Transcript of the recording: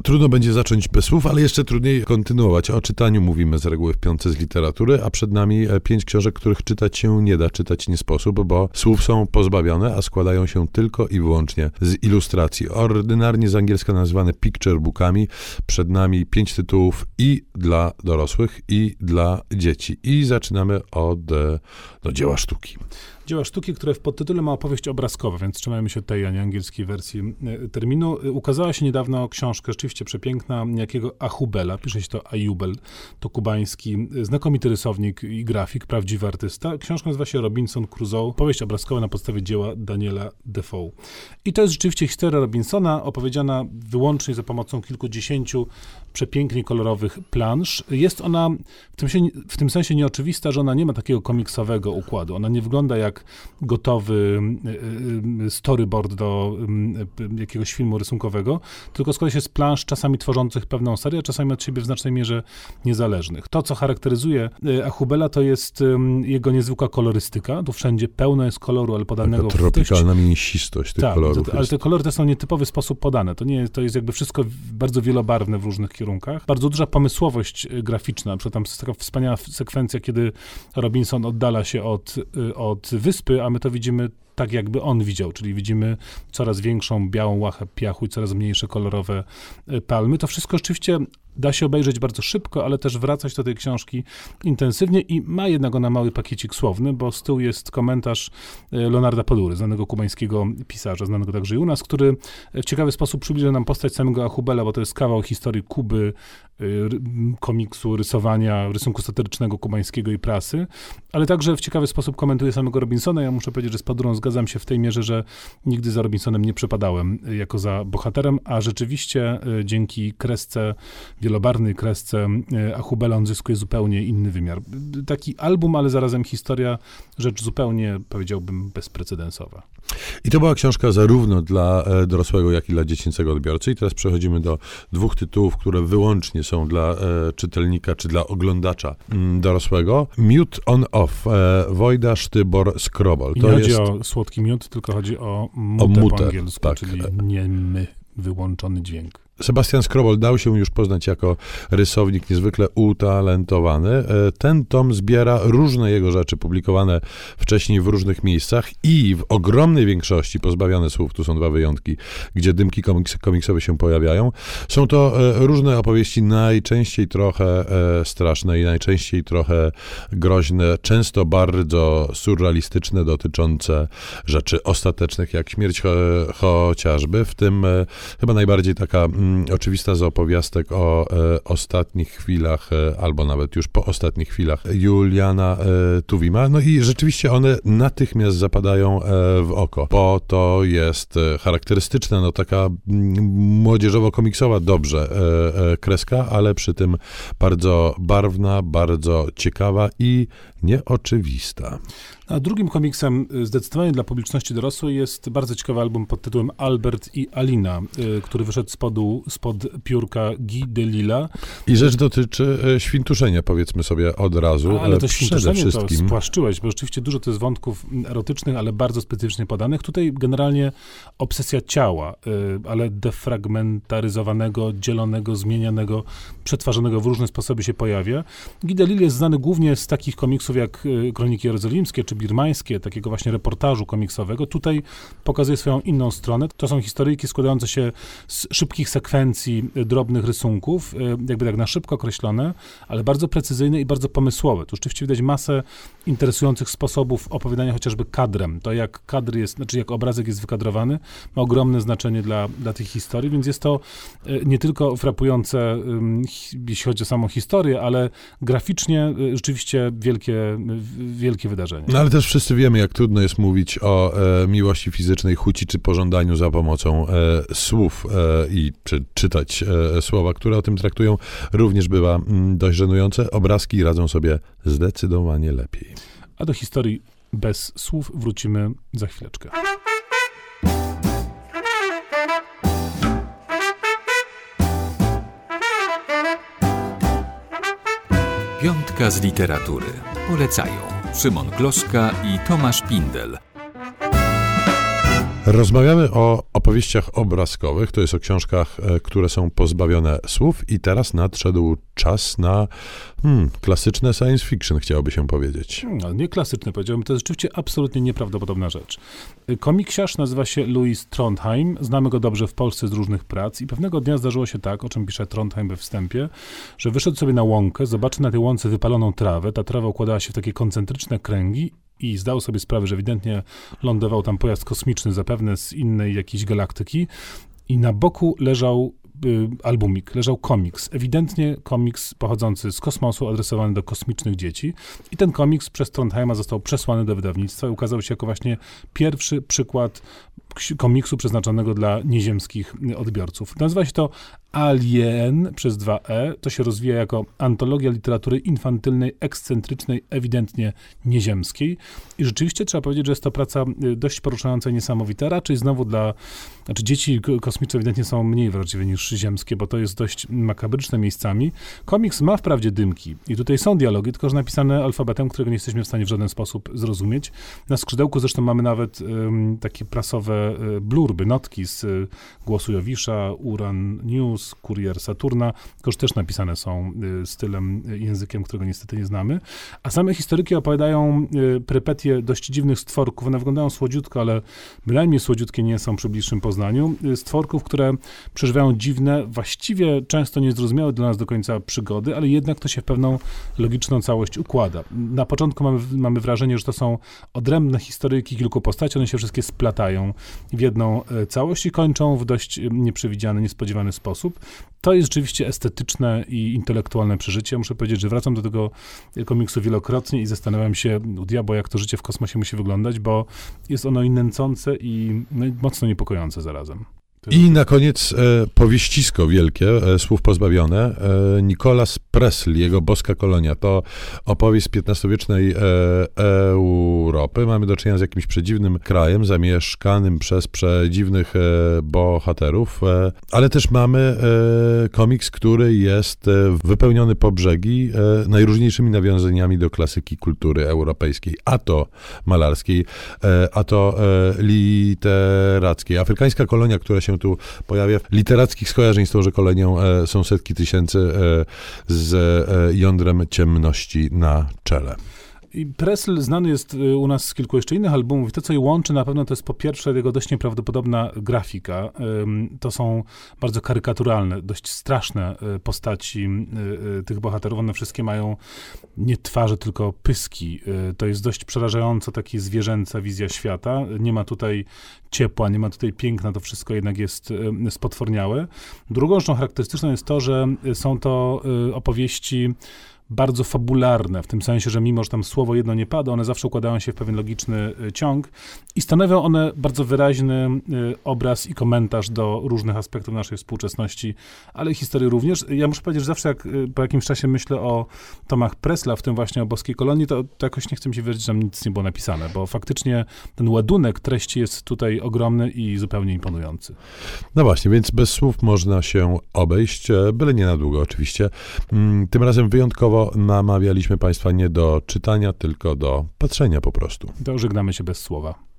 Trudno będzie zacząć bez słów, ale jeszcze trudniej kontynuować. O czytaniu mówimy z reguły w piątce z literatury, a przed nami 5 książek, których czytać się nie da, czytać nie sposób, bo słów są pozbawione, a składają się tylko i wyłącznie z ilustracji. Ordynarnie z angielska nazywane picture bookami. Przed nami 5 tytułów i dla dorosłych, i dla dzieci. I zaczynamy od dzieła sztuki. Dzieła sztuki, które w podtytule ma opowieść obrazkowa, więc trzymajmy się tej, a nie angielskiej wersji terminu. Ukazała się niedawno książka, rzeczywiście przepiękna, niejakiego Achubela, pisze się to Ajubel, to kubański, znakomity rysownik i grafik, prawdziwy artysta. Książka nazywa się Robinson Crusoe, powieść obrazkowa na podstawie dzieła Daniela Defoe. I to jest rzeczywiście historia Robinsona, opowiedziana wyłącznie za pomocą kilkudziesięciu przepięknie kolorowych plansz. Jest ona w tym sensie nieoczywista, że ona nie ma takiego komiksowego układu. Ona nie wygląda jak gotowy storyboard do jakiegoś filmu rysunkowego, tylko składa się z plansz czasami tworzących pewną serię, a czasami od siebie w znacznej mierze niezależnych. To, co charakteryzuje Achubela, to jest jego niezwykła kolorystyka. Tu wszędzie pełno jest koloru, ale podanego taka tropikalna mięsistość tych kolorów. Ale te kolory te są w nietypowy sposób podane. To jest jakby wszystko bardzo wielobarwne w różnych kierunkach. Bardzo duża pomysłowość graficzna. Na przykład tam jest taka wspaniała sekwencja, kiedy Robinson oddala się od wyspy, a my to widzimy tak, jakby on widział, czyli widzimy coraz większą białą łachę piachu i coraz mniejsze kolorowe palmy. To wszystko rzeczywiście da się obejrzeć bardzo szybko, ale też wracać do tej książki intensywnie i ma jednak ona mały pakiecik słowny, bo z tyłu jest komentarz Leonarda Padury, znanego kubańskiego pisarza, znanego także i u nas, który w ciekawy sposób przybliża nam postać samego Achubela, bo to jest kawał historii Kuby, komiksu, rysowania, rysunku satyrycznego kubańskiego i prasy, ale także w ciekawy sposób komentuje samego Robinsona. Ja muszę powiedzieć, że z Padurą zgadzam się w tej mierze, że nigdy za Robinsonem nie przepadałem jako za bohaterem, a rzeczywiście dzięki kresce, wielobarwnej kresce Achubela on zyskuje zupełnie inny wymiar. Taki album, ale zarazem historia, rzecz zupełnie, powiedziałbym, bezprecedensowa. I to była książka zarówno dla dorosłego, jak i dla dziecięcego odbiorcy. I teraz przechodzimy do 2 tytułów, które wyłącznie są dla czytelnika, czy dla oglądacza dorosłego. Miód on off, Wojda Sztybor Skrobol. I nie chodzi o słodki miód, tylko chodzi o mutę po angielsku, tak. Czyli niemy, wyłączony dźwięk. Sebastian Skrobol dał się już poznać jako rysownik niezwykle utalentowany. Ten tom zbiera różne jego rzeczy publikowane wcześniej w różnych miejscach i w ogromnej większości pozbawione słów, tu są 2 wyjątki, gdzie dymki komiksowe się pojawiają. Są to różne opowieści, najczęściej trochę straszne i najczęściej trochę groźne, często bardzo surrealistyczne, dotyczące rzeczy ostatecznych, jak śmierć chociażby. W tym chyba najbardziej taka oczywista z opowiastek o ostatnich chwilach, albo nawet już po ostatnich chwilach Juliana Tuwima. No i rzeczywiście one natychmiast zapadają w oko, bo to jest charakterystyczna, no taka młodzieżowo-komiksowa dobrze kreska, ale przy tym bardzo barwna, bardzo ciekawa i nieoczywista. A drugim komiksem zdecydowanie dla publiczności dorosłej jest bardzo ciekawy album pod tytułem Albert i Alina, który wyszedł spod piórka Guy Delisle. I rzecz dotyczy świntuszenia, powiedzmy sobie od razu. Ale to świntuszenie to spłaszczyłeś, bo rzeczywiście dużo to jest wątków erotycznych, ale bardzo specyficznie podanych. Tutaj generalnie obsesja ciała, ale defragmentaryzowanego, dzielonego, zmienianego, przetwarzanego w różne sposoby się pojawia. Guy Delisle jest znany głównie z takich komiksów jak Kroniki Jerozolimskie czy birmańskie, takiego właśnie reportażu komiksowego. Tutaj pokazuje swoją inną stronę. To są historyjki składające się z szybkich sekwencji, drobnych rysunków, jakby tak na szybko określone, ale bardzo precyzyjne i bardzo pomysłowe. Tu rzeczywiście widać masę interesujących sposobów opowiadania chociażby kadrem. To jak kadr jest, znaczy jak obrazek jest wykadrowany, ma ogromne znaczenie dla tych historii, więc jest to nie tylko frapujące, jeśli chodzi o samą historię, ale graficznie rzeczywiście wielkie wydarzenie. No ale też wszyscy wiemy, jak trudno jest mówić o miłości fizycznej, chuci czy pożądaniu za pomocą słów i czytać słowa, które o tym traktują, również bywa dość żenujące. Obrazki radzą sobie zdecydowanie lepiej. A do historii bez słów wrócimy za chwileczkę. Piątka z literatury. Polecają Szymon Gloszka i Tomasz Pindel. Rozmawiamy o opowieściach obrazkowych, to jest o książkach, które są pozbawione słów i teraz nadszedł czas na klasyczne science fiction, chciałoby się powiedzieć. No, nie klasyczne, powiedziałbym, to jest rzeczywiście absolutnie nieprawdopodobna rzecz. Komiksiarz nazywa się Louis Trondheim, znamy go dobrze w Polsce z różnych prac i pewnego dnia zdarzyło się tak, o czym pisze Trondheim we wstępie, że wyszedł sobie na łąkę, zobaczył na tej łące wypaloną trawę, ta trawa układała się w takie koncentryczne kręgi i zdał sobie sprawę, że ewidentnie lądował tam pojazd kosmiczny, zapewne z innej jakiejś galaktyki i na boku leżał albumik, leżał komiks. Ewidentnie komiks pochodzący z kosmosu, adresowany do kosmicznych dzieci. I ten komiks przez Trondheima został przesłany do wydawnictwa i ukazał się jako właśnie pierwszy przykład komiksu przeznaczonego dla nieziemskich odbiorców. Nazywa się to Alien przez 2E. To się rozwija jako antologia literatury infantylnej, ekscentrycznej, ewidentnie nieziemskiej. I rzeczywiście trzeba powiedzieć, że jest to praca dość poruszająca i niesamowita. Raczej znowu dzieci kosmiczne ewidentnie są mniej wrażliwe niż ziemskie, bo to jest dość makabryczne miejscami. Komiks ma wprawdzie dymki i tutaj są dialogi, tylko że napisane alfabetem, którego nie jesteśmy w stanie w żaden sposób zrozumieć. Na skrzydełku zresztą mamy nawet takie prasowe blurby, notki z Głosu Jowisza, Uran News, Kurier Saturna, tylko też napisane są stylem, językiem, którego niestety nie znamy. A same historyki opowiadają perypetie dość dziwnych stworków. One wyglądają słodziutko, ale bynajmniej słodziutkie nie są przy bliższym poznaniu. Stworków, które przeżywają dziwne, właściwie często niezrozumiałe dla nas do końca przygody, ale jednak to się w pewną logiczną całość układa. Na początku mamy wrażenie, że to są odrębne historyjki kilku postaci, one się wszystkie splatają w jedną całość i kończą w dość nieprzewidziany, niespodziewany sposób. To jest rzeczywiście estetyczne i intelektualne przeżycie. Muszę powiedzieć, że wracam do tego komiksu wielokrotnie i zastanawiam się, u diabła, jak to życie w kosmosie musi wyglądać, bo jest ono i nęcące i mocno niepokojące zarazem. I na koniec powieścisko wielkie, słów pozbawione. Nicholas Presley, jego Boska Kolonia. To opowieść z XV-wiecznej Europy. Mamy do czynienia z jakimś przedziwnym krajem, zamieszkanym przez przedziwnych bohaterów, ale też mamy komiks, który jest wypełniony po brzegi najróżniejszymi nawiązaniami do klasyki kultury europejskiej, a to malarskiej, a to literackiej. Afrykańska kolonia, która się tu pojawia. Literackich skojarzeń z tą, że kolonią są setki tysięcy z jądrem ciemności na czele. I Presley znany jest u nas z kilku jeszcze innych albumów. I to, co je łączy na pewno, to jest po pierwsze jego dość nieprawdopodobna grafika. To są bardzo karykaturalne, dość straszne postaci tych bohaterów. One wszystkie mają nie twarze, tylko pyski. To jest dość przerażająco taki zwierzęca wizja świata. Nie ma tutaj ciepła, nie ma tutaj piękna, to wszystko jednak jest spotworniałe. Drugą rzeczą charakterystyczną jest to, że są to opowieści bardzo fabularne, w tym sensie, że mimo, że tam słowo jedno nie pada, one zawsze układają się w pewien logiczny ciąg i stanowią one bardzo wyraźny obraz i komentarz do różnych aspektów naszej współczesności, ale historii również. Ja muszę powiedzieć, że zawsze jak po jakimś czasie myślę o tomach Presla, w tym właśnie o Boskiej Kolonii, to jakoś nie chcę mi się wierzyć, że tam nic nie było napisane, bo faktycznie ten ładunek treści jest tutaj ogromny i zupełnie imponujący. No właśnie, więc bez słów można się obejść, byle nie na długo oczywiście. Tym razem wyjątkowo namawialiśmy Państwa nie do czytania, tylko do patrzenia po prostu. To żegnamy się bez słowa.